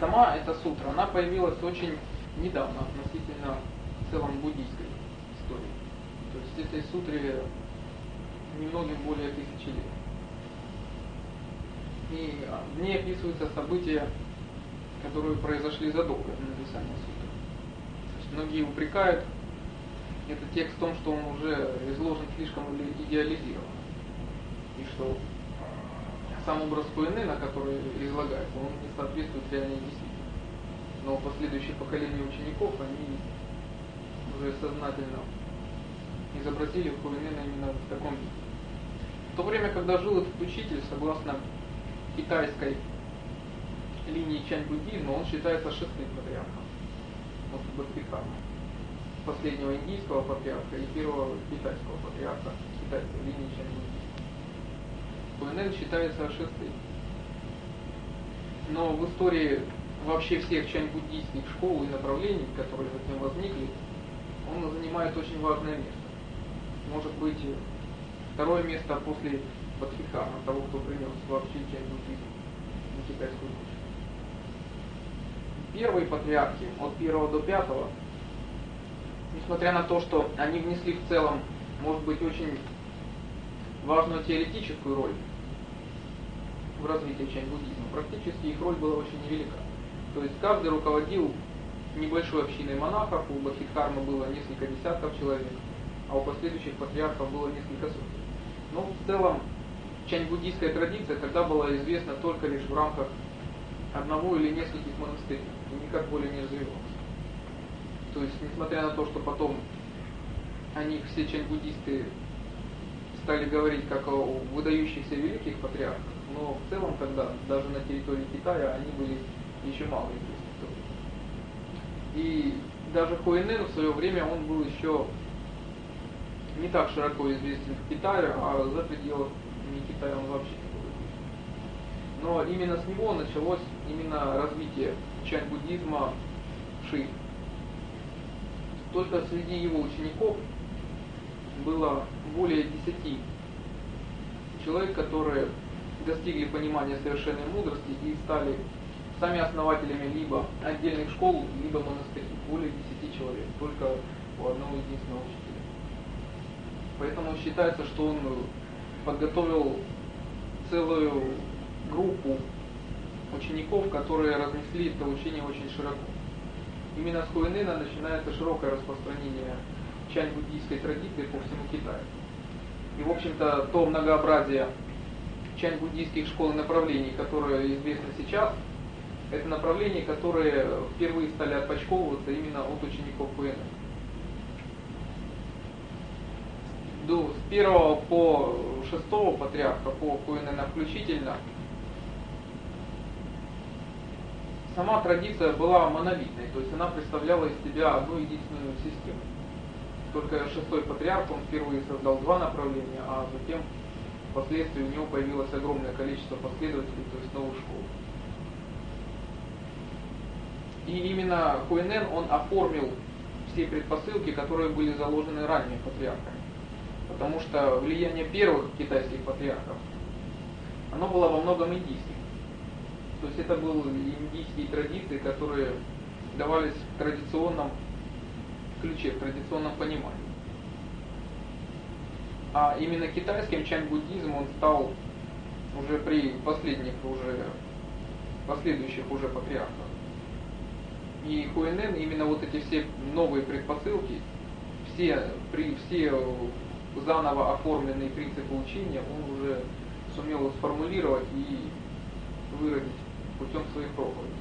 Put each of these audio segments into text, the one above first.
Сама эта сутра, она появилась очень недавно относительно в целом буддийской истории. То есть этой сутре немногим более 1000 лет. И в ней описываются события, которые произошли задолго до написания сутры. То есть многие упрекают этот текст в том, что он уже изложен слишком идеализированно. И что сам образ Хуэнена, который излагается, он не соответствует реальной действительности. Но последующие поколения учеников, они уже сознательно изобразили Хуэнена именно в таком виде. В то время, когда жил этот учитель, согласно китайской линии чань-буддизма, он считается шестым патриархом после Бодхидхармы, последнего индийского патриарха и первого китайского патриарха китайской линии чань-буддизма. Хуэнен считается шестым. Но в истории вообще всех чань-буддийских школ и направлений, которые затем возникли, он занимает очень важное место. Может быть, второе место после Бодхидхармы, того, кто принес вообще чань-буддизм на китайскую почву. Первые патриархи, от 1 до 5, несмотря на то, что они внесли в целом, может быть, очень важную теоретическую роль в развитии чань-буддизма, практически их роль была очень невелика. То есть каждый руководил небольшой общиной монахов, у Бодхидхармы было несколько десятков человек, а у последующих патриархов было несколько сотен. Но в целом чань-буддийская традиция тогда была известна только лишь в рамках одного или нескольких монастырей, и никак более не развивалась. То есть, несмотря на то, что потом о них все чань-буддисты стали говорить как о выдающихся великих патриархах, но в целом тогда, даже на территории Китая, они были еще мало известны. И даже Хуэнен в свое время, он был еще не так широко известен в Китае, а за пределами Китая он вообще не был известен. Но именно с него началось именно развитие чань-буддизма в Ши. Только среди его учеников было более 10 человек, которые достигли понимания совершенной мудрости и стали сами основателями либо отдельных школ, либо монастырей. Более 10 человек, только у одного единственного учителя. Поэтому считается, что он подготовил целую группу учеников, которые разнесли это учение очень широко. Именно с Хуэнена начинается широкое распространение чань-буддийской традиции по всему Китаю. И, в общем-то, то многообразие чань-буддийских школ и направлений, которые известны сейчас, это направления, которые впервые стали отпочковываться именно от учеников Хуэнена. С 1 по 6 патриарха, по Хуэнена включительно, сама традиция была монолитной, то есть она представляла из себя одну единственную систему. Только 6-й патриарх, он впервые создал 2 направления, а затем впоследствии у него появилось огромное количество последователей, то есть новых школ. И именно Хуэнен, он оформил все предпосылки, которые были заложены ранее патриархами. Потому что влияние первых китайских патриархов, оно было во многом индийским. То есть это были индийские традиции, которые давались в традиционном ключе, в традиционном понимании. А именно китайским чань-буддизм он стал уже при последующих патриархах. И Хуэнен именно вот эти все новые предпосылки, все заново оформленные принципы учения, он уже сумел сформулировать и выразить путем своих проповедей.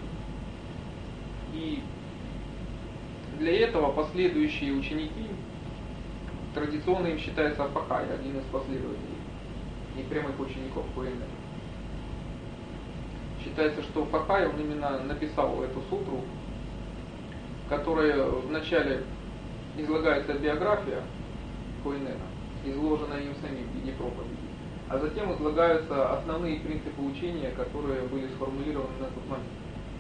И для этого последующие ученики, традиционно им считается Апахай, один из последователей и прямых учеников Хуэнена. Считается, что Апахай, он именно написал эту сутру, в которой вначале излагается биография Хуэнена, изложенная им самим в виде проповеди, а затем излагаются основные принципы учения, которые были сформулированы на тот момент.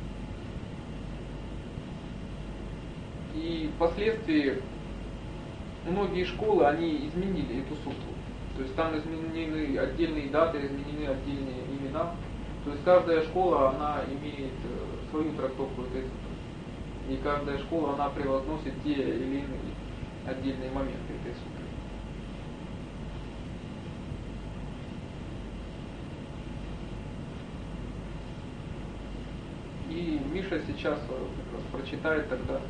И впоследствии многие школы, они изменили эту сутру. То есть там изменены отдельные даты, изменены отдельные имена. То есть каждая школа, она имеет свою трактовку этой сутры. И каждая школа, она превозносит те или иные отдельные моменты этой сутры. И Миша сейчас как раз прочитает тогда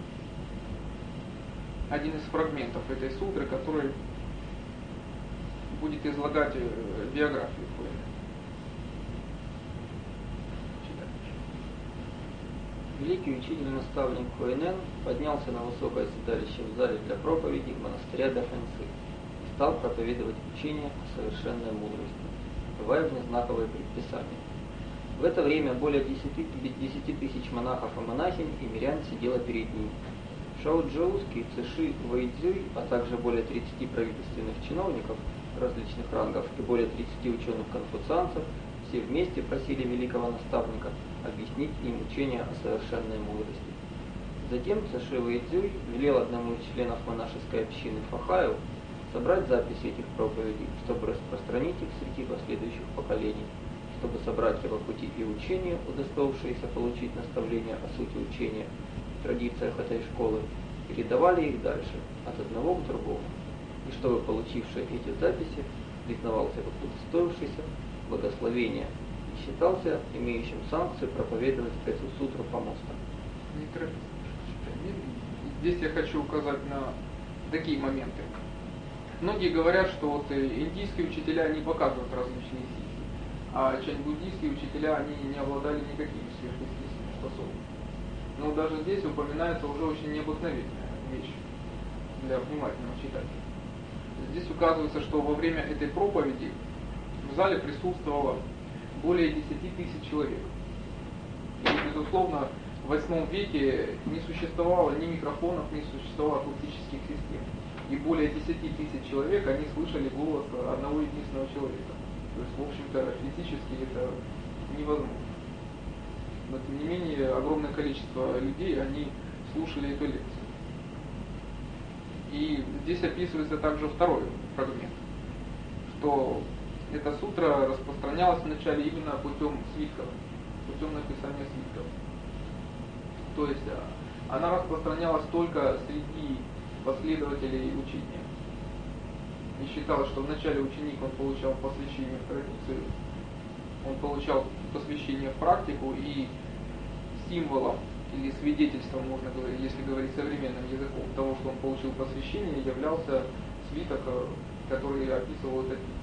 один из фрагментов этой сутры, который будет излагать биографию Хуэнена. Великий учитель-наставник Хуэнен поднялся на высокое седалище в зале для проповеди монастыря Дафэнци и стал проповедовать учение о совершенной мудрости, бывая внезнаковые предписания. В это время более 10 тысяч монахов и монахинь и мирян сидело перед ним. Шао Джоуский, Циши, Вэйцзюй, а также более 30 правительственных чиновников различных рангов и более 30 ученых-конфуцианцев все вместе просили великого наставника объяснить им учение о совершенной мудрости. Затем Циши Вэйцзюй велел одному из членов монашеской общины Фахаю собрать записи этих проповедей, чтобы распространить их среди последующих поколений, чтобы собратья по пути и учения, удостоившиеся получить наставления о сути учения и традициях этой школы, передавали их дальше, от одного к другому, и чтобы получивший эти записи признавался как удостоившийся благословения и считался имеющим санкцию проповедовать эту сутру помоста. Не торопись. Здесь я хочу указать на такие моменты. Многие говорят, что вот индийские учителя не показывают различные силы, а чань-буддийские учителя, они не обладали никакими сверхъестественными способностями. Но даже здесь упоминается уже очень необыкновенная вещь для внимательного читателя. Здесь указывается, что во время этой проповеди в зале присутствовало более 10 тысяч человек. И, безусловно, в 8 веке не существовало ни микрофонов, не существовало акустических систем. И более 10 тысяч человек, они слышали голос одного единственного человека. То есть, в общем-то, физически это невозможно. Но, тем не менее, огромное количество людей, они слушали эту лекцию. И здесь описывается также второй фрагмент, что эта сутра распространялась вначале именно путем свитков, путем написания свитков. То есть, она распространялась только среди последователей учения. И считалось, что вначале ученик, он получал посвящение в традицию, он получал посвящение в практику, и символом или свидетельством, можно говорить, если говорить современным языком, того, что он получил посвящение, являлся свиток, который описывал этот миф.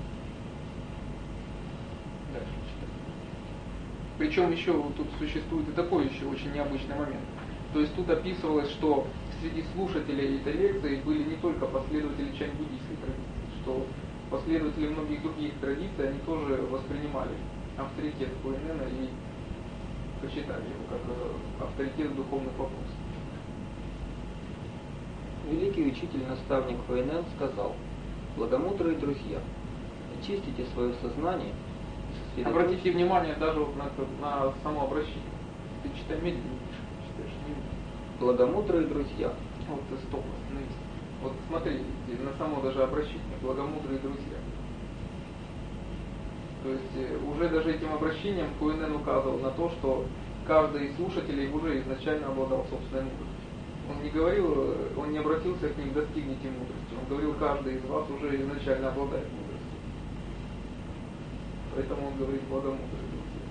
Дальше читаем. Причем еще тут существует и такой еще очень необычный момент. То есть тут описывалось, что среди слушателей этой лекции были не только последователи чань-буддийской традиции, что последователи многих других традиций, они тоже воспринимали авторитет Хуэнена и почитали его как авторитет в духовных вопросах. Великий учитель-наставник Хуэнен сказал: «Благомудрые друзья, очистите свое сознание и обратите внимание даже вот на само обращение. Ты читай медленнее, читаешь не медленно. Благомудрые друзья. Вот стоп, остановись. Вот смотри, на само даже обращение. Благомудрые друзья. То есть уже даже этим обращением Хуэнен указывал на то, что каждый из слушателей уже изначально обладал собственной мудростью. Он не говорил, он не обратился к ним: достигните мудрости. Он говорил: каждый из вас уже изначально обладает мудростью. Поэтому он говорит: благомудрые друзья.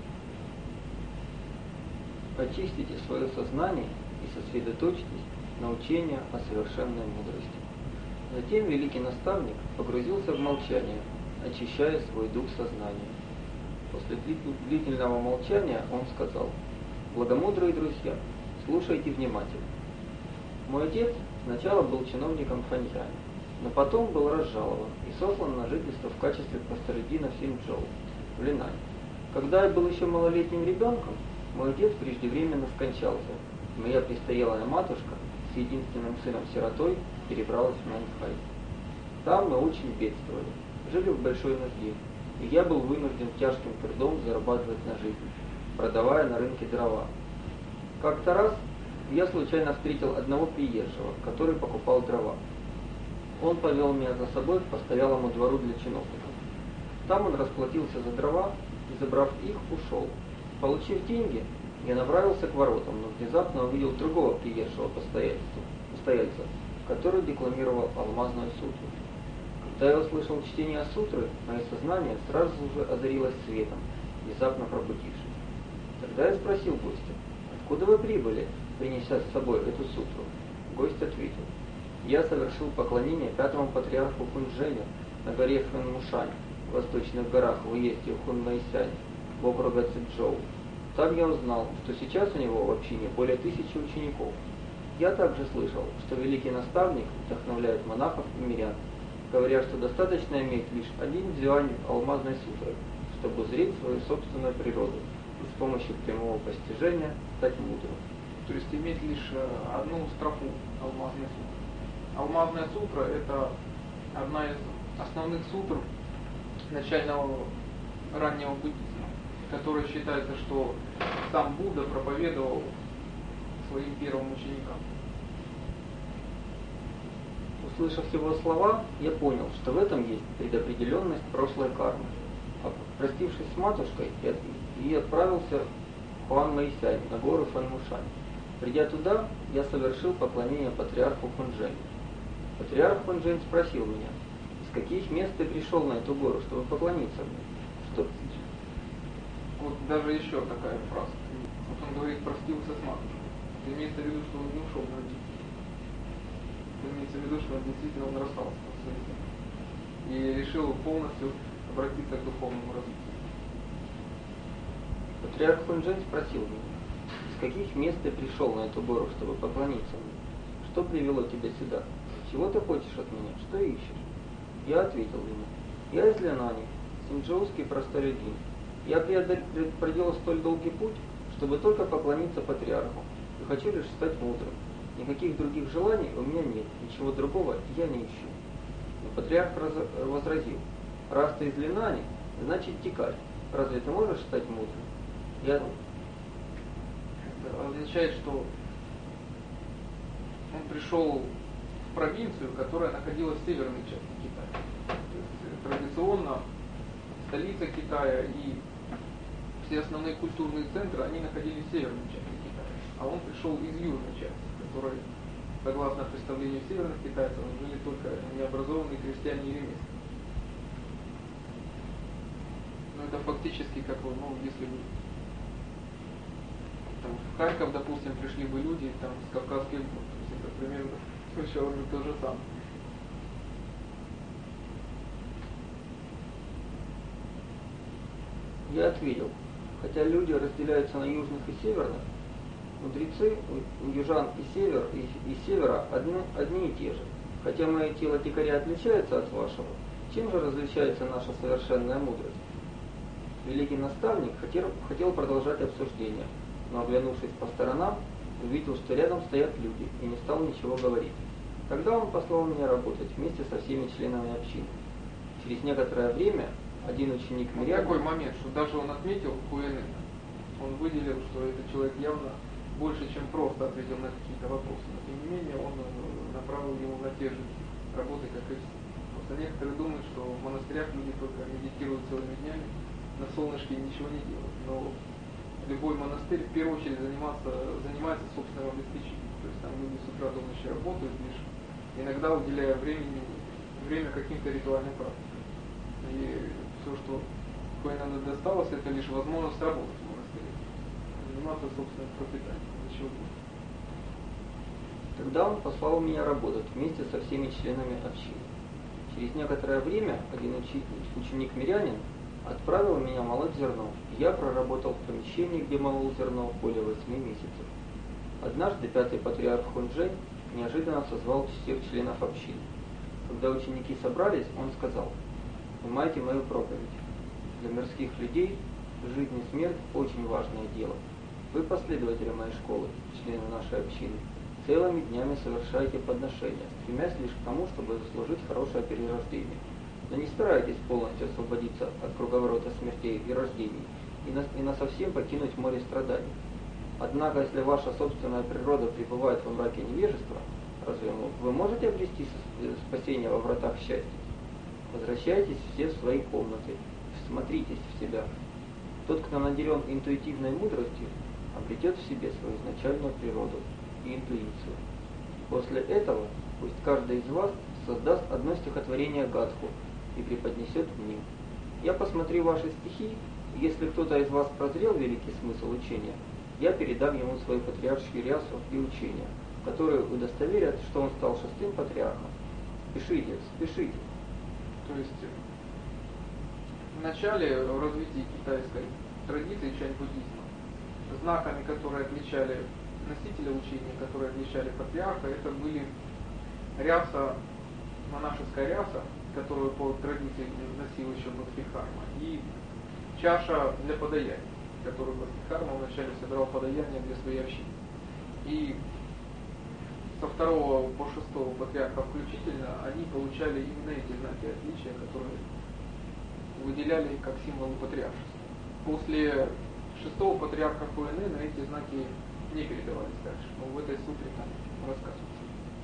Очистите свое сознание и сосредоточьтесь на учении о совершенной мудрости. Затем великий наставник погрузился в молчание, очищая свой дух сознания. После длительного молчания он сказал: «Благомудрые друзья, слушайте внимательно. Мой отец сначала был чиновником Фаньяня, но потом был разжалован и сослан на жительство в качестве простолюдина в Синьчжоу, в Линане. Когда я был еще малолетним ребенком, мой отец преждевременно скончался. Моя престарелая матушка с единственным сыном-сиротой перебралась в Наньхай. Там мы очень бедствовали, жили в большой нужде, и я был вынужден тяжким трудом зарабатывать на жизнь, продавая на рынке дрова. Как-то раз я случайно встретил одного приезжего, который покупал дрова. Он повел меня за собой к постоялому двору для чиновников. Там он расплатился за дрова и, забрав их, ушел. Получив деньги, Я направился к воротам, но внезапно увидел другого приезжего постояльца, который декламировал алмазную сутру. Когда я услышал чтение сутры, мое сознание сразу же озарилось светом, внезапно пробудившись. Тогда я спросил гостя: «Откуда вы прибыли, принеся с собой эту сутру?» Гость ответил: «Я совершил поклонение пятому патриарху Хунчжэню на горе Фэнмушань, в восточных горах в уезде Хунмэйсянь, в округе Цзэчжоу. Там я узнал, что сейчас у него в общине более 1000 учеников. Я также слышал, что великий наставник вдохновляет монахов и мирян, говоря, что достаточно иметь лишь один дзюань алмазной сутры, чтобы узреть свою собственную природу и с помощью прямого постижения стать мудрым». То есть иметь лишь одну строфу алмазной сутры. Алмазная сутра — это одна из основных сутр начального раннего буддизма, которая считается, что сам Будда проповедовал своим первым ученикам. Услышав его слова, я понял, что в этом есть предопределенность прошлой кармы. Простившись с матушкой, я отправился в Хуанмэйсянь, на гору Фэнмушань. Придя туда, я совершил поклонение патриарху Хунчжэню. Патриарх Хунчжэнь спросил меня: «Из каких мест ты пришел на эту гору, чтобы поклониться мне?» Что? Вот даже еще такая фраза. Вот он говорит: простился с матушкой. Это имеется в виду, что он не ушел на родителей. Это имеется в виду, что он действительно расстался с этим и решил полностью обратиться к духовному развитию. Патриарх Хунчжэнь спросил меня: «Из каких мест ты пришел на эту гору, чтобы поклониться мне? Что привело тебя сюда? Чего ты хочешь от меня? Что ищешь?» Я ответил ему: «Я из Линани, синьчжоуский простолюдин. Я проделал столь долгий путь, чтобы только поклониться патриарху, и хочу лишь стать мудрым. Никаких других желаний у меня нет, ничего другого я не ищу». Но патриарх возразил: «Раз ты из Линани, значит дикарь. Разве ты можешь стать мудрым?» Это означает, что он пришел в провинцию, которая находилась в северной части Китая. То есть традиционно столица Китая и все основные культурные центры, они находились в северной части Китая. А он пришел из южной части, которой, согласно представлению северных китайцев, жили только необразованные крестьяне и ремесленники. Но это фактически как, если бы там, в Харьков, допустим, пришли бы люди там, с Кавказских гор. То есть это примерно сначала же то же самое. Я ответил: хотя люди разделяются на южных и северных, мудрецы у южан и севера одни и те же. Хотя мое тело дикаря отличается от вашего, чем же различается наша совершенная мудрость? Великий наставник хотел продолжать обсуждение, но, оглянувшись по сторонам, увидел, что рядом стоят люди, и не стал ничего говорить. Тогда он послал меня работать вместе со всеми членами общины. Через некоторое время один ученик мирян... Такой момент, что даже он отметил Хуэнэна. Он выделил, что этот человек явно больше, чем просто ответил на какие-то вопросы. Но тем не менее, он направил его на те же работы, как и все. Просто некоторые думают, что в монастырях люди только медитируют целыми днями, на солнышке ничего не делают. Но любой монастырь в первую очередь занимается собственным обеспечением. То есть там люди с утра до ночи работают, лишь иногда уделяя время каким-то ритуальным практикам. И все, что Хуэнэну досталось, это лишь возможность работать в монастыре, заниматься собственным пропитанием. Ничего больше. Тогда он послал меня работать вместе со всеми членами общины. Через некоторое время один ученик-мирянин отправил меня молоть зерно, и я проработал в помещении, где молол зерно, более 8 месяцев. Однажды пятый патриарх Хунчжэнь неожиданно созвал всех членов общины. Когда ученики собрались, он сказал: «Внимайте мою проповедь. Для мирских людей жизнь и смерть – очень важное дело. Вы последователи моей школы, члены нашей общины. Целыми днями совершаете подношения, стремясь лишь к тому, чтобы заслужить хорошее перерождение. Но не старайтесь полностью освободиться от круговорота смертей и рождений и насовсем покинуть море страданий. Однако, если ваша собственная природа пребывает во мраке невежества, разве вы можете обрести спасение во вратах счастья? Возвращайтесь все в свои комнаты, всмотритесь в себя. Тот, кто наделен интуитивной мудростью, обретет в себе свою изначальную природу и интуицию. После этого пусть каждый из вас создаст одно стихотворение Гадху и преподнесет мне. Я посмотрю ваши стихи, и если кто-то из вас прозрел великий смысл учения, я передам ему свою патриаршую рясу и учение, которые удостоверят, что он стал шестым патриархом. Спешите, спешите. То есть в начале развития китайской традиции чань-буддизма знаками, которые отличали носителя учения, которые отличали патриарха, это были ряса, монашеская ряса, которую по традиции носил еще Бхактидхарма, и чаша для подаяния, которую Бхактидхарма вначале собирал подаяние для своей общины. И со второго по шестого патриарха включительно они получали именно эти знаки отличия, которые выделяли их как символы патриаршества. После шестого патриарха Хуэнэна эти знаки не передавались дальше, но в этой сутре там рассказывается.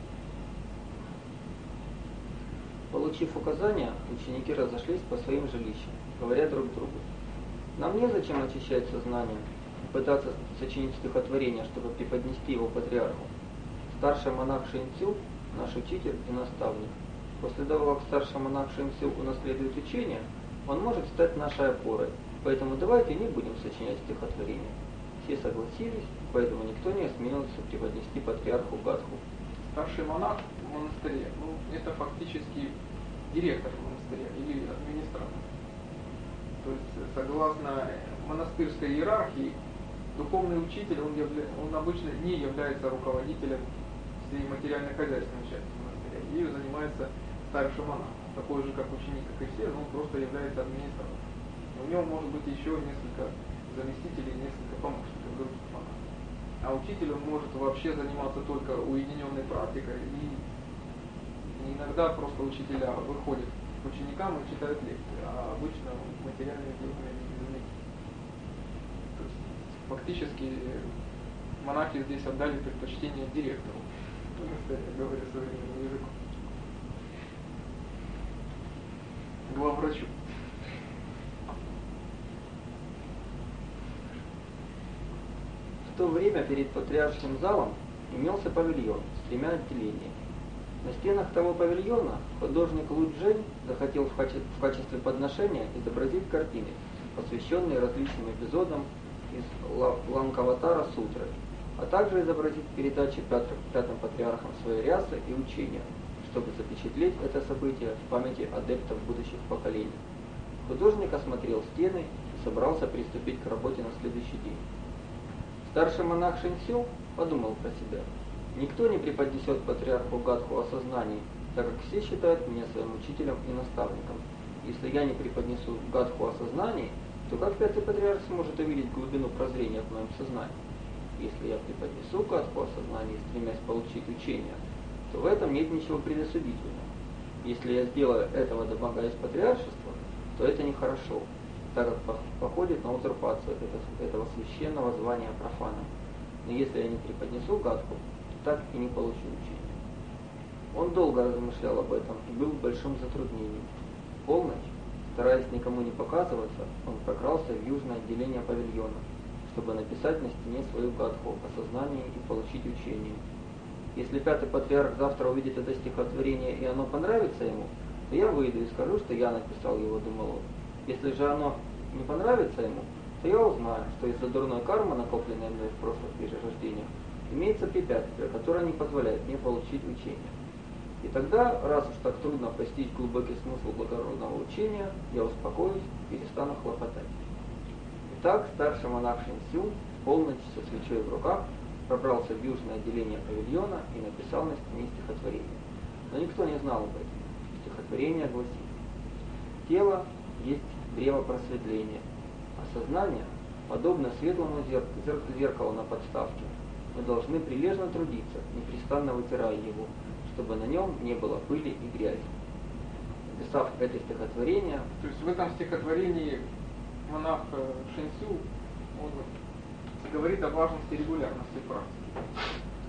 Получив указания, ученики разошлись по своим жилищам, говоря друг другу: нам незачем очищать сознание и пытаться сочинить стихотворение, чтобы преподнести его патриарху. Старший монах Шэньцю – наш учитель и наставник. После того, как старший монах Шэньцю унаследует учение, он может стать нашей опорой, поэтому давайте не будем сочинять стихотворение. Все согласились, поэтому никто не осмелился преподнести патриарху Гадху. Старший монах в монастыре, это фактически директор монастыря или администратор. То есть, согласно монастырской иерархии, духовный учитель, он обычно не является руководителем всей материально-хозяйственной части монастыря. Ею занимается старший монах, такой же, как ученик, как и все, но он просто является администратором. У него может быть еще несколько заместителей, несколько помощников других монахов. А учитель он может вообще заниматься только уединенной практикой, и иногда просто учителя выходят к ученикам и читают лекции, а обычно материальными делами не занимаются. То есть фактически монахи здесь отдали предпочтение директору, говоря современным языком, главврачу. В то время перед патриаршим залом имелся павильон с 3 отделениями. На стенах того павильона художник Лу Джень захотел в качестве подношения изобразить картины, посвященные различным эпизодам из Ланкаватара Сутры, а также изобразить передачи пятым патриархам своей рясы и учения, чтобы запечатлеть это событие в памяти адептов будущих поколений. Художник осмотрел стены и собрался приступить к работе на следующий день. Старший монах Шэньцю подумал про себя: никто не преподнесет патриарху Гадху о сознании, так как все считают меня своим учителем и наставником. Если я не преподнесу Гадху о сознании, то как пятый патриарх сможет увидеть глубину прозрения в моем сознании? Если я преподнесу Гадху о сознании, стремясь получить учение, то в этом нет ничего предосудительного. Если я сделаю этого, домогаясь патриаршества, то это нехорошо, так как походит на узурпацию этого священного звания профана. Но если я не преподнесу Гадху, то так и не получу учения. Он долго размышлял об этом и был в большом затруднении. В полночь, стараясь никому не показываться, он прокрался в южное отделение павильона, чтобы написать на стене свою Гадху о сознании и получить учение. Если пятый патриарх завтра увидит это стихотворение и оно понравится ему, то я выйду и скажу, что я написал его, думал он. Если же оно не понравится ему, то я узнаю, что из-за дурной кармы, накопленной мной в прошлых перерождениях, имеется препятствие, которое не позволяет мне получить учение. И тогда, раз уж так трудно постичь глубокий смысл благородного учения, я успокоюсь и перестану хлопотать. Итак, старший монах Шэньцю в полночь со свечой в руках пробрался в южное отделение павильона и написал на стене стихотворение. Но никто не знал об этом. Стихотворение гласит: тело есть древо просветления, а сознание подобно светлому зеркалу на подставке. Мы должны прилежно трудиться, непрестанно вытирая его, чтобы на нем не было пыли и грязи. Написав это стихотворение... То есть в этом стихотворении монах Шэньцю, он говорит о важности регулярности практики.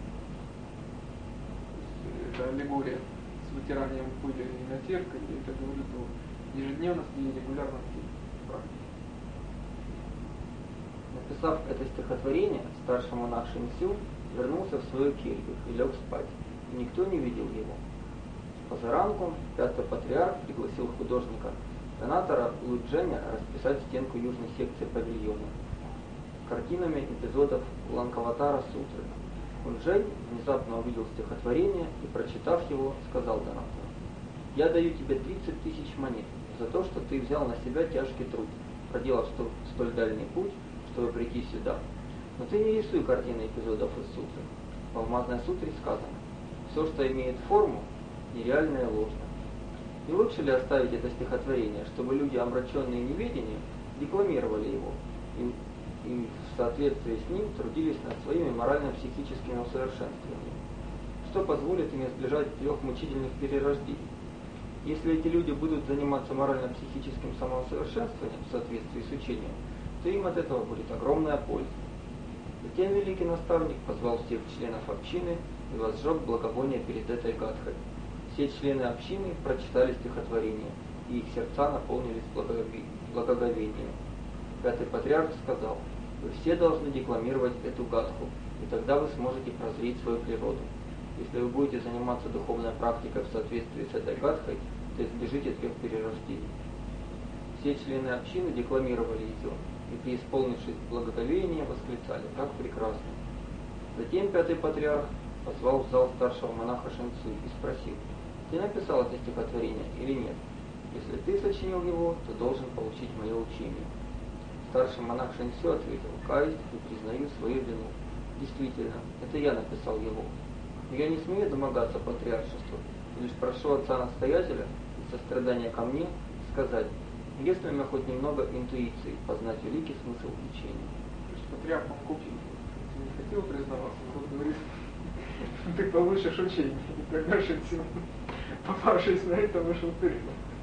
Это аллегория с вытиранием пыли и натиркой, и это говорит о ежедневности и регулярности практики. Написав это стихотворение, старший монах Шинсю вернулся в свою келью и лег спать, и никто не видел его. Позаранку пятый патриарх пригласил художника Донатора Лудженя расписать стенку южной секции павильона картинами эпизодов Ланкаватара Сутры. Луджень внезапно увидел стихотворение и, прочитав его, сказал Донатору: «Я даю тебе 30 тысяч монет за то, что ты взял на себя тяжкий труд, проделав столь дальний путь, чтобы прийти сюда. Но ты не рисуй картины эпизодов из сутры. В Алмазной сутре сказано: все, что имеет форму, нереально и ложно. Не лучше ли оставить это стихотворение, чтобы люди, омраченные неведением, декламировали его и в соответствии с ним трудились над своими морально-психическими усовершенствованиями, что позволит им избежать 3 мучительных перерождений? Если эти люди будут заниматься морально-психическим самоусовершенствованием в соответствии с учением, то им от этого будет огромная польза». Затем великий наставник позвал всех членов общины и возжег благовоние перед этой гадхой. Все члены общины прочитали стихотворение, и их сердца наполнились благоговением. Пятый патриарх сказал: «Вы все должны декламировать эту гадху, и тогда вы сможете прозреть свою природу. Если вы будете заниматься духовной практикой в соответствии с этой гадхой, то избежите 3 перерождений». Все члены общины декламировали ее, и, преисполнившись благоговения, восклицали: «Как прекрасно!». Затем пятый патриарх позвал в зал старшего монаха Шинцу и спросил: «Ты написал это стихотворение или нет? Если ты сочинил его, то должен получить мое учение». Старший монах Шинцю ответил: «Каюсь и признаю свою вину. Действительно, это я написал его. Но я не смею домогаться патриаршества, лишь прошу отца-настоятеля из сострадания ко мне сказать, есть ли у меня хоть немного интуиции познать великий смысл учения». То есть патриарх он купил, не хотел признаваться, но вот говорит: ты получишь учение. И тогда Шинцю, попавшись на это, вышел вперед.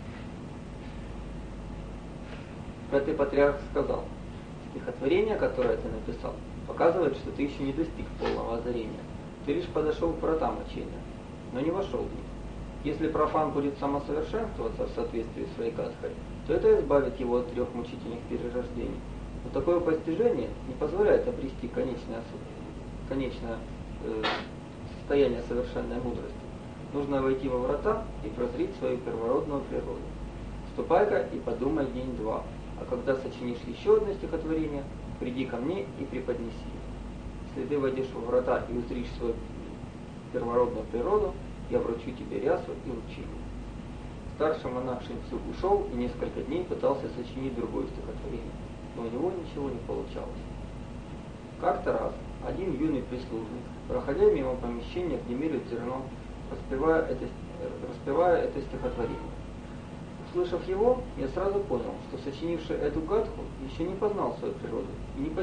Пятый патриарх сказал: «Стихотворение, которое ты написал, показывает, что ты еще не достиг полного озарения. Ты лишь подошел к вратам учения, но не вошел в них. Если профан будет самосовершенствоваться в соответствии с своей гадхой, то это избавит его от 3 мучительных перерождений. Но такое постижение не позволяет обрести конечное состояние совершенной мудрости. Нужно войти во врата и прозреть свою первородную природу. Ступай-ка и подумай день-два, а когда сочинишь еще одно стихотворение, приди ко мне и преподнеси. Если ты войдешь во врата и узришь свою первородную природу, я вручу тебе рясу и учение». Старший монах Шинцю ушел и несколько дней пытался сочинить другое стихотворение, но у него ничего не получалось. Как-то раз один юный прислужник, проходя мимо помещения, где мерят зерно, распевая это стихотворение. Услышав его, я сразу понял, что сочинивший эту гадху еще не познал свою природу и не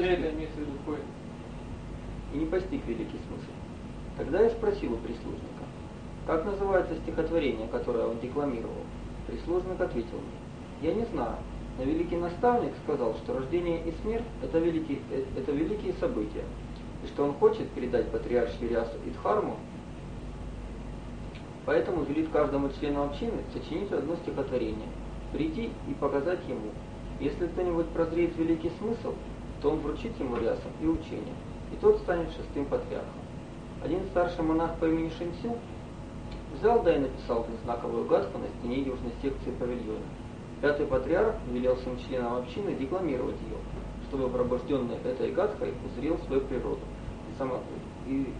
постиг великий смысл. Тогда я спросил у прислужника: «Как называется стихотворение, которое он декламировал?» Прислужник ответил мне: «Я не знаю, но великий наставник сказал, что рождение и смерть – это великие события, и что он хочет передать патриаршью рясу и дхарму, поэтому велит каждому члену общины сочинить одно стихотворение, прийти и показать ему. Если кто-нибудь прозреет великий смысл, то он вручит ему рясу и учение, и тот станет 6-м патриархом». Один старший монах по имени Шинцю взял да и написал знаковую гадху на стене южной секции павильона. Пятый патриарх велел всем членам общины декламировать ее, чтобы пробужденный этой гадхой узрел свою природу и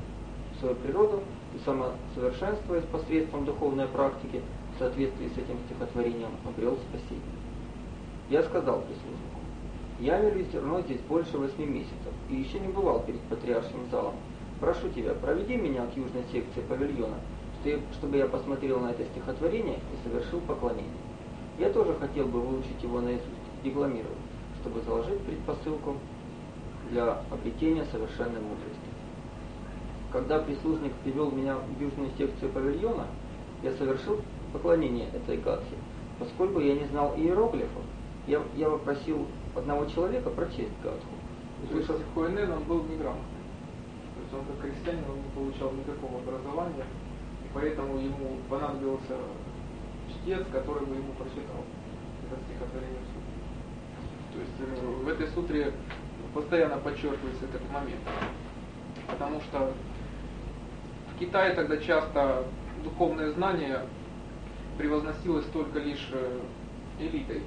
самосовершенствуясь посредством духовной практики в соответствии с этим стихотворением обрел спасение. Я сказал прислужнику: «Я мелю зерно здесь больше 8 месяцев и еще не бывал перед патриаршим залом. Прошу тебя, проведи меня к южной секции павильона, чтобы я посмотрел на это стихотворение и совершил поклонение. Я тоже хотел бы выучить его наизусть, декламировать, чтобы заложить предпосылку для обретения совершенной мудрости». Когда прислужник привел меня в южную секцию павильона, я совершил поклонение этой гадхе. Поскольку я не знал иероглифов, я попросил одного человека прочесть гадху. Услышав Хуэнен, он был неграмотный. То есть он как крестьянин, он не получал никакого образования, и поэтому ему понадобился чтец, который бы ему прочитал это стихотворение в сутре. То есть в этой сутре постоянно подчеркивается этот момент. Потому что в Китае тогда часто духовное знание превозносилось только лишь элитой,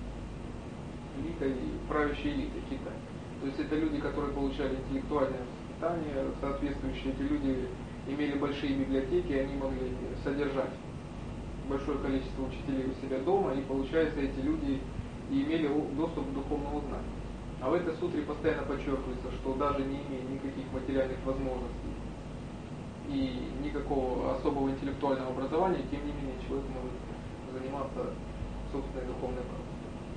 правящей элитой Китая. То есть это люди, которые получали интеллектуальное воспитание соответствующее, эти люди имели большие библиотеки, они могли содержать большое количество учителей у себя дома, и получается эти люди и имели доступ к духовному знанию. А в этой сутре постоянно подчеркивается, что даже не имея никаких материальных возможностей и никакого особого интеллектуального образования, тем не менее человек может заниматься собственной духовной практикой.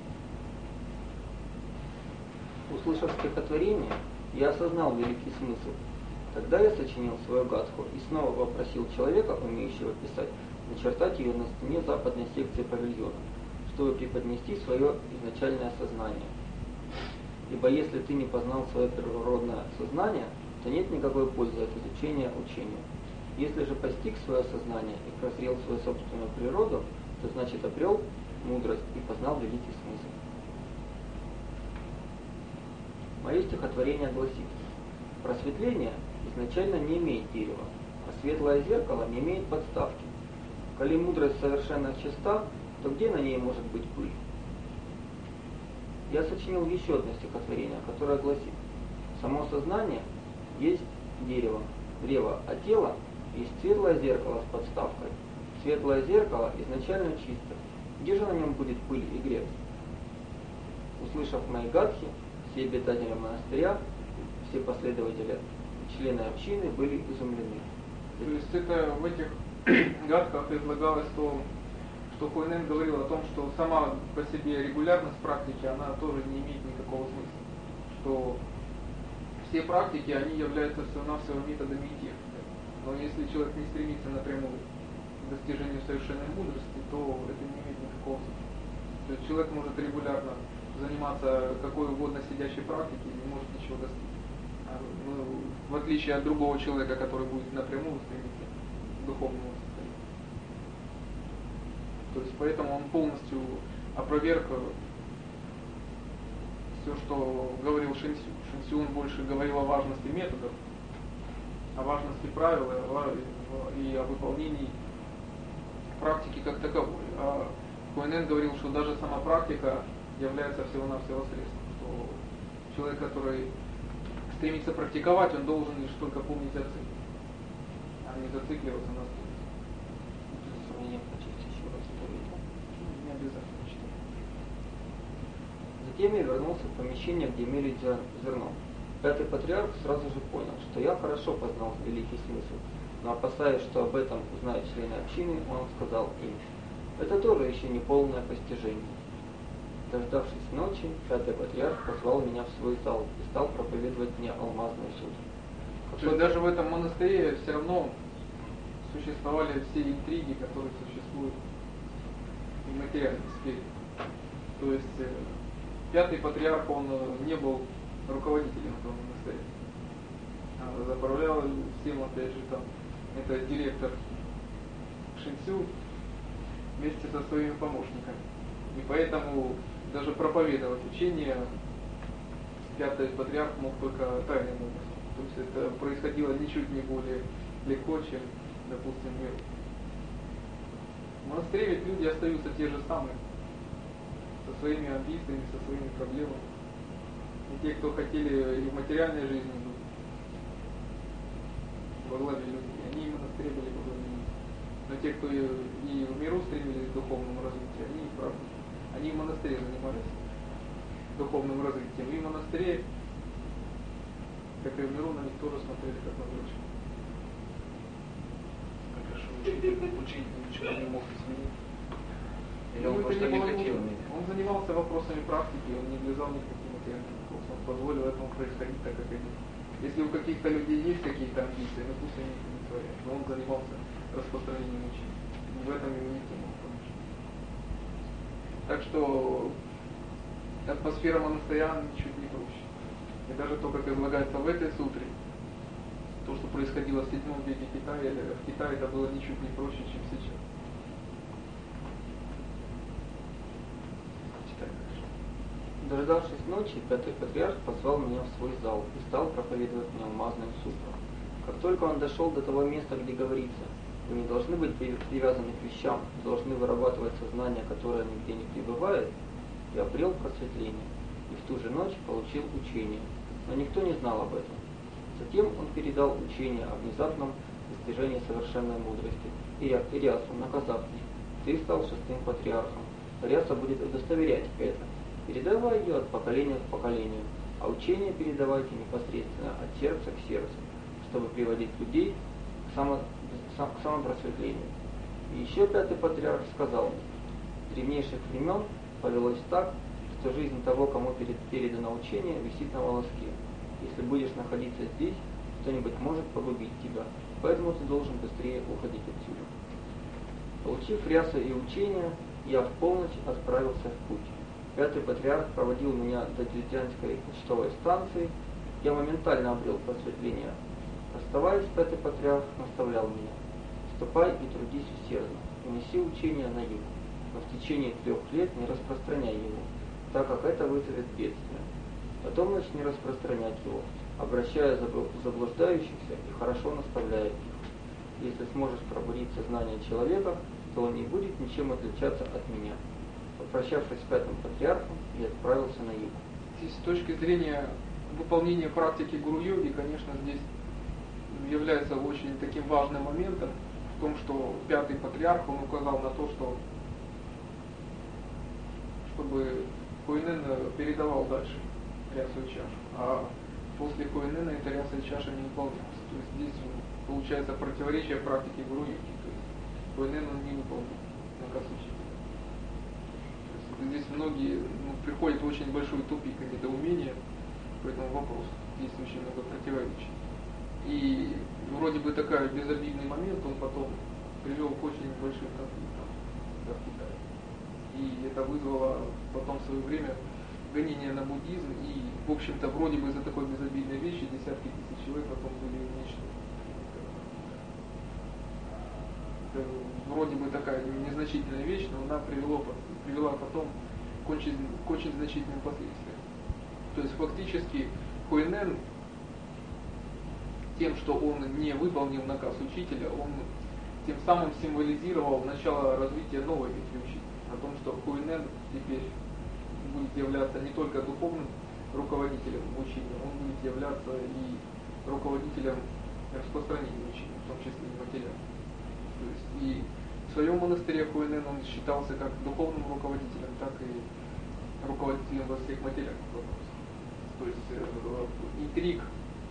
Услышав стихотворение, я осознал великий смысл. Тогда я сочинил свою гадху и снова попросил человека, умеющего писать, начертать ее на стене западной секции павильона, чтобы преподнести свое изначальное сознание. Ибо если ты не познал свое первородное сознание, то нет никакой пользы от изучения учения. Если же постиг свое сознание и прозрел свою собственную природу, то значит обрел мудрость и познал великий смысл. Мое стихотворение гласит: просветление изначально не имеет дерева, а светлое зеркало не имеет подставки. Коли мудрость совершенно чиста, то где на ней может быть пыль? Я сочинил еще одно стихотворение, которое гласит: само сознание есть дерево, а тело есть светлое зеркало с подставкой. Светлое зеркало изначально чисто. Где же на нем будет пыль и грязь? Услышав мои гадхи, все обитатели монастыря, все последователи, члены общины были изумлены. То есть это в этих гадках излагалось то, что Хуэнэн говорил о том, что сама по себе регулярность практики, она тоже не имеет никакого смысла. Что все практики, они являются всего-навсего методами техники. Но если человек не стремится напрямую к достижению совершенной мудрости, то это не имеет никакого смысла. То есть человек может регулярно заниматься какой угодно сидящей практикой и не может ничего достичь. В отличие от другого человека, который будет напрямую стремиться к духовному состоянию. То есть поэтому он полностью опроверг все, что говорил Шинсю. Шинсю он больше говорил о важности методов, о важности правил и о выполнении практики как таковой. А Хуэнэн говорил, что даже сама практика является всего-навсего средством, что человек, который стремится практиковать, он должен лишь только помнить о цели, а не зацикливаться на цели. Мне прочесть еще раз это. Не обязательно читать. Затем я вернулся в помещение, где мели зерно. Пятый патриарх сразу же понял, что я хорошо познал великий смысл, но опасаясь, что об этом узнают члены общины, он сказал им: это тоже еще не полное постижение. Дождавшись ночи, пятый патриарх позвал меня в свой зал и стал проповедовать мне алмазный суд. То есть даже в этом монастыре все равно существовали все интриги, которые существуют в материальной сфере. То есть пятый патриарх, он не был руководителем этого монастыря. А заправлял всем, опять же, там, это директор Шинсю вместе со своими помощниками. И поэтому даже проповедовать учение пятый патриарх мог только тайным образом. То есть это происходило ничуть не более легко, чем, допустим, мир. В монастыре ведь люди остаются те же самые, со своими амбициями, со своими проблемами. И те, кто хотели и в материальной жизни быть во главе людей, они и в монастыре были во главе людей. Но те, кто и в миру стремились к духовному развитию, они и правда. Они в монастыре занимались духовным развитием. И в монастыре, как и в миру, на них тоже смотрели как на дочь. Хорошо, учитель ничего не мог изменить. Или он это просто не было хотел нужно. менять? Он занимался вопросами практики, он не влезал ни в какие материальные вопросы. Он позволил этому происходить так, как они. Если у каких-то людей есть какие-то амбиции, ну пусть они их не творят. Но он занимался распространением учения. В этом его никто не мог помочь. Так что атмосфера монастыря ничуть не проще. И даже то, как излагается в этой сутре, то, что происходило в 7 веке Китая, в Китае это было ничуть не проще, чем сейчас. Читай дальше. Дождавшись ночи, пятый патриарх позвал меня в свой зал и стал проповедовать мне умазным сутрам. Как только он дошел до того места, где говорится, вы не должны быть привязаны к вещам, должны вырабатывать сознание, которое нигде не пребывает, я обрел просветление и в ту же ночь получил учение, но никто не знал об этом. Затем он передал учение о внезапном достижении совершенной мудрости Ириасу, наказав мне: ты стал шестым патриархом. Ириаса будет удостоверять это, передавая ее от поколения к поколению, а учение передавайте непосредственно от сердца к сердцу, чтобы приводить людей к самопросветлению. И еще пятый патриарх сказал мне: с древнейших времен повелось так, что жизнь того, кому передано учение, висит на волоске. Если будешь находиться здесь, кто-нибудь может погубить тебя, поэтому ты должен быстрее уходить отсюда. Получив рясу и учение, я в полночь отправился в путь. Пятый патриарх проводил меня до Тюльтянской почтовой станции. Я моментально обрел просветление. Расставаясь, пятый патриарх наставлял меня: ступай и трудись усердно, и неси учение на юг, но в течение 3 лет не распространяй его, так как это вызовет бедствие. Потом начни распространять его, обращая заблуждающихся и хорошо наставляя их. Если сможешь пробудить сознание человека, то он не будет ничем отличаться от меня. Попрощавшись с пятым патриархом, я отправился на юг. Здесь с точки зрения выполнения практики гуру-йоги, конечно, здесь является очень таким важным моментом в том, что пятый патриарх, он указал на то, что чтобы Хуэнен передавал дальше рясу и чашу, а после Хуэнена эта ряса и чаша не выполнялась. То есть здесь получается противоречие практике гуру-йоги, то есть Хуэнен он не выполнил наказ учителя. Здесь многие приходят в очень большой тупик и недоумение по этому вопросу. Здесь очень много противоречий. И вроде бы такой безобидный момент, он потом привел к очень большим конфликтам в Китае. И это вызвало потом в свое время гонение на буддизм, и, в общем-то, вроде бы из-за такой безобидной вещи десятки тысяч человек потом были уничтожены. Это вроде бы такая незначительная вещь, но она привела потом к очень значительным последствиям. То есть фактически Хуэнен тем, что он не выполнил наказ учителя, он тем самым символизировал начало развития новой ветви учителя. О том, что Хуэнен теперь будет являться не только духовным руководителем учения, он будет являться и руководителем распространения учения, в том числе и материальным. То есть и в своем монастыре Хуэнен он считался как духовным руководителем, так и руководителем во всех материальных вопросах. То есть интриг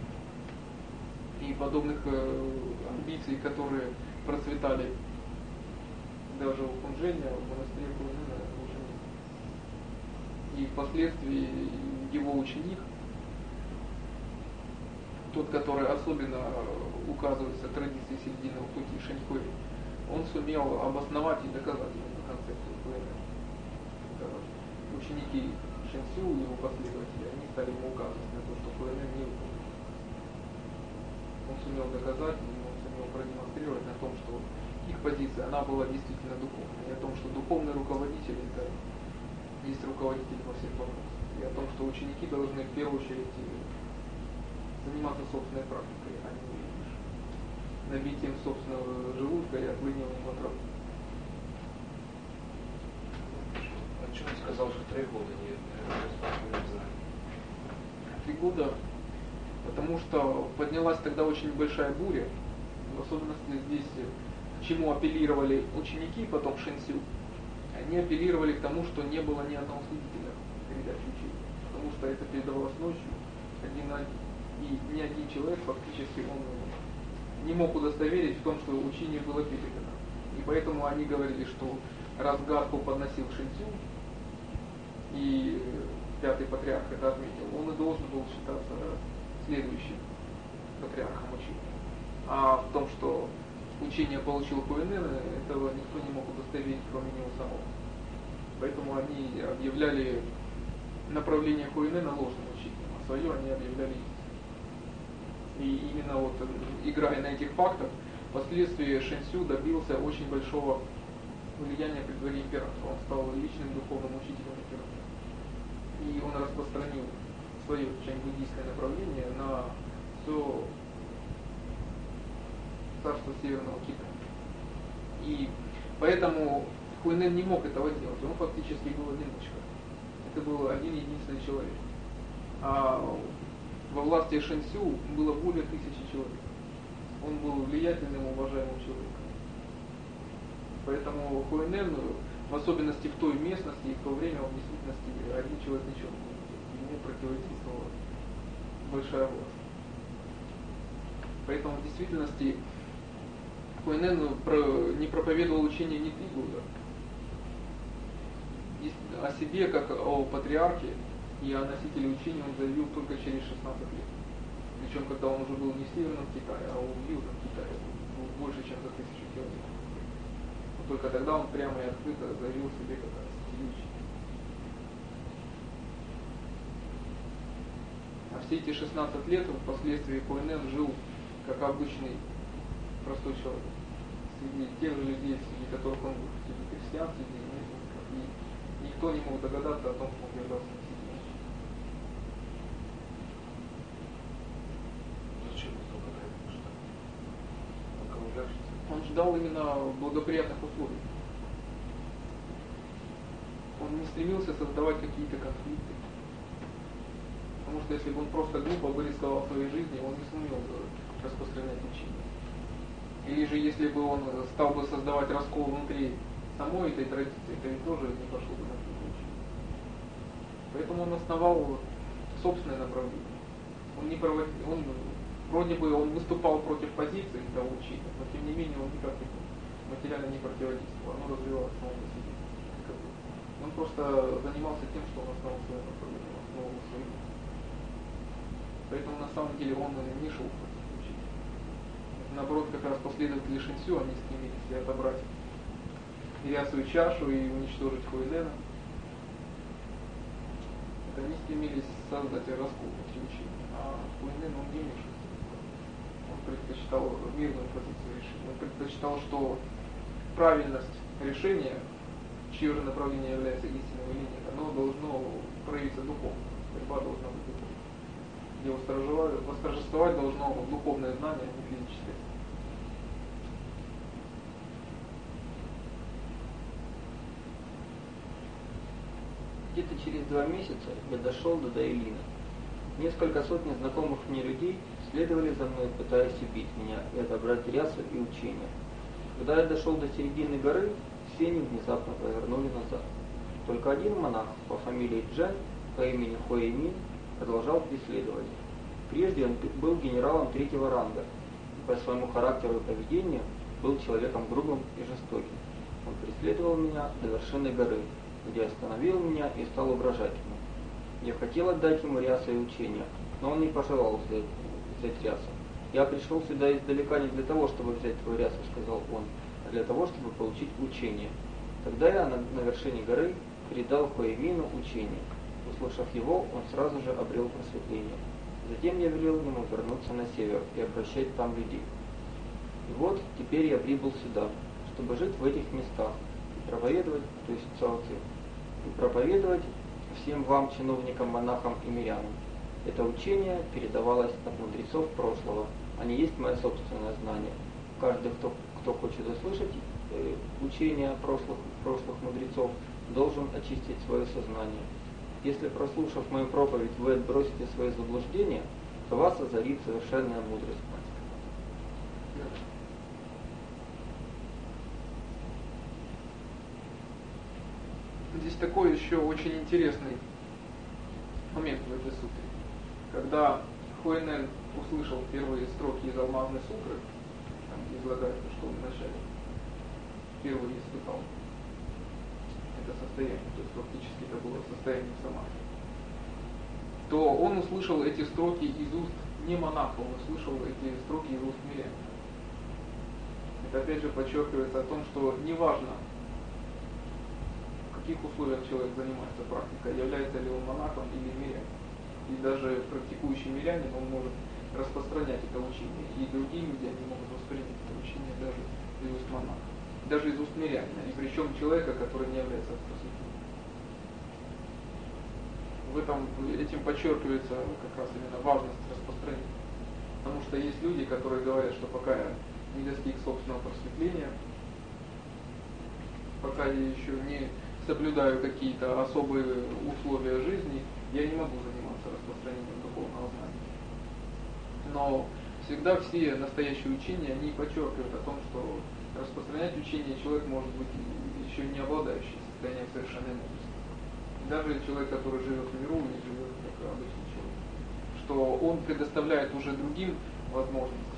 и подобных амбиций, которые процветали даже у Хунжэня, в монастыре Хуэнена, уже нет. И впоследствии его ученик, тот, который особенно указывается традицией серединного пути Шэньхуэй, он сумел обосновать и доказать именно концепцию Хуэнена. Ученики Шэньсю и его последователи, они стали ему указывать на то, что Хуэнен не выполнил. Он сумел доказать, он сумел продемонстрировать на том, что их позиция, она была действительно духовной, и о том, что духовный руководитель это есть руководитель во всех вопросах, и о том, что ученики должны в первую очередь заниматься собственной практикой, а не лишь набитием собственного желудка и отлыниванием от работы. А что он сказал, что 3 года не знаю. 3 года, потому что поднялась тогда очень большая буря, в особенности здесь, к чему апеллировали ученики, потом Шэньсю, они апеллировали к тому, что не было ни одного свидетеля передачи учения, потому что это передавалось ночью, один на один. И ни один человек фактически он не мог удостоверить в том, что учение было передано. И поэтому они говорили, что раз Гадху подносил Шэньсю, и пятый патриарх это отметил, он и должен был считаться следующим патриархом учения. А в том, что учение получил Хуэнен, этого никто не мог удостоверить, кроме него самого. Поэтому они объявляли направление Хуэнена ложным учителем, а свое они объявляли истинным. И именно вот играя на этих фактах, впоследствии Шэньсю добился очень большого влияния при дворе императора. Он стал личным духовным учителем императора. и он распространил свое чань-буддийское направление на все царство Северного Китая. И поэтому Хуэнэн не мог этого делать, он фактически был одиночка. Это был один единственный человек. А во власти Шэньсю было более 1000 человек. Он был влиятельным, уважаемым человеком. Поэтому Хуэнэн, в особенности в той местности и в то время, он в действительности один человек ничего не мог делать. Ему противодействовала большая власть. Поэтому в действительности Хуэнэн не проповедовал учение не 3 года. О себе, как о патриархе и о носителе учения, он заявил только через 16 лет. Причем, когда он уже был не в Северном Китае, а в Южном Китае, был больше, чем за 1000 километров. Но только тогда он прямо и открыто заявил себе как о носителе учения. А все эти 16 лет впоследствии Хуэнэн жил как обычный простой человек. Среди тех же людей, среди которых он был, среди христиан, среди мусульман, и никто не мог догадаться о том, что он являлся носителем учения. Зачем он только это ждал? Он кому вяжется? Он ждал именно благоприятных условий. Он не стремился создавать какие-то конфликты. Потому что если бы он просто глупо бы рисковал своей жизнью, он не сумел бы распространять учение. Или же если бы он стал бы создавать раскол внутри самой этой традиции, то ведь тоже не пошло бы на это учение. Поэтому он основал собственное направление. Он вроде бы он выступал против позиции того учения, но тем не менее он никак материально не противодействовал, оно развивалось само по себе. Он просто занимался тем, что он основал свое направление, основал свою. Поэтому на самом деле он не шел против учения. Наоборот, как раз последователи Шэньсю, они стремились и отобрать Мирясовую чашу и уничтожить Хуэнэна. Это они стремились создать раскол внутри учения. А Хуэнэн, он не вмешивался. Он предпочитал мирную позицию решения. Он предпочитал, что правильность решения, чье же направление является истинным или нет, оно должно проявиться духовно. Борьба должна быть духовной. Где восторжествовать должно духовное знание, а не физическое. Где-то через 2 месяца я дошел до Дайлина. Несколько сотен знакомых мне людей следовали за мной, пытаясь убить меня и отобрать рясу и учение. Когда я дошел до середины горы, все они внезапно повернули назад. Только один монах по фамилии Джан, по имени Хуэймин, продолжал преследование. Прежде он был генералом 3-го ранга и по своему характеру и поведению был человеком грубым и жестоким. Он преследовал меня до вершины горы, где остановил меня и стал угрожать мне. Я хотел отдать ему рясу и учение, но он не пожелал взять рясу. «Я пришел сюда издалека не для того, чтобы взять твою рясу», — сказал он, «а для того, чтобы получить учение». Тогда я на вершине горы передал Хуэймину учение. Услышав его, он сразу же обрел просветление. Затем я велел ему вернуться на север и обращать там людей. И вот теперь я прибыл сюда, чтобы жить в этих местах и проповедовать, то есть Цаоци, и проповедовать всем вам, чиновникам, монахам и мирянам. Это учение передавалось от мудрецов прошлого, а не есть мое собственное знание. Каждый, кто хочет услышать учение прошлых мудрецов, должен очистить свое сознание. Если, прослушав мою проповедь, вы отбросите свои заблуждения, то вас озарит совершенная мудрость. Здесь такой еще очень интересный момент в этой сутре. Когда Хуэнэн услышал первые строки из Алмазной сутры, там где излагается, что он вначале впервые испытал это состояние, то есть фактически это было состояние самадхи, то он услышал эти строки из уст не монаха, он услышал эти строки из уст мирянина. Это опять же подчеркивается о том, что неважно, в каких условиях человек занимается практикой, является ли он монахом или мирянином. И даже практикующий мирянин, он может распространять это учение, и другие люди, они могут воспринять это учение даже из уст монаха, даже из уст мирянина, и причем человека, который не является просветленным. этим подчеркивается как раз именно важность распространения. Потому что есть люди, которые говорят, что пока я не достиг собственного просветления, пока я еще не соблюдаю какие-то особые условия жизни, я не могу заниматься распространением духовного знания. Но всегда все настоящие учения, они подчеркивают о том, что распространять учение человек может быть еще не обладающий состоянием совершенной мудрости. Даже человек, который живет в миру, не живет как обычный человек. Что он предоставляет уже другим возможность.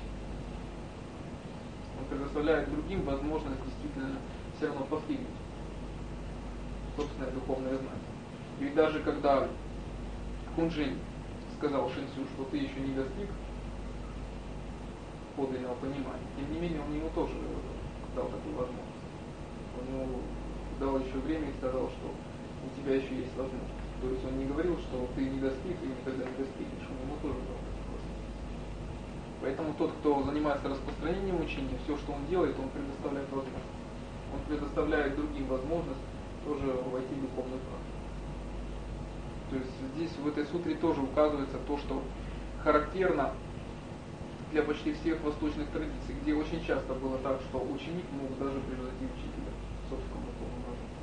Он предоставляет другим возможность действительно все равно постигнуть собственное духовное знание. И ведь даже когда Хунджинь сказал Шинцю, что ты еще не достиг подлинного понимания, тем не менее он ему тоже дал такую возможность. Он ему дал еще время и сказал, что у тебя еще есть возможность. То есть он не говорил, что ты не достиг и никогда не достигнешь, он ему тоже дал такую возможность. Поэтому тот, кто занимается распространением учения, все, что он делает, он предоставляет возможность. Он предоставляет другим возможность тоже войти в духовную практику. То есть здесь в этой сутре тоже указывается то, что характерно для почти всех восточных традиций, где очень часто было так, что ученик мог даже превзойти учителя в собственном духовном развитии.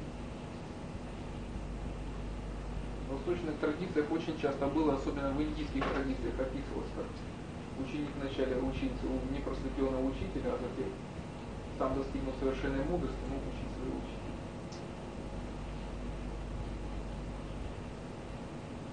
В восточных традициях очень часто было, особенно в индийских традициях, описывалось, как ученик вначале учится у непросветленного учителя, а затем, сам достигнув совершенной мудрости, мог учить своего учителя.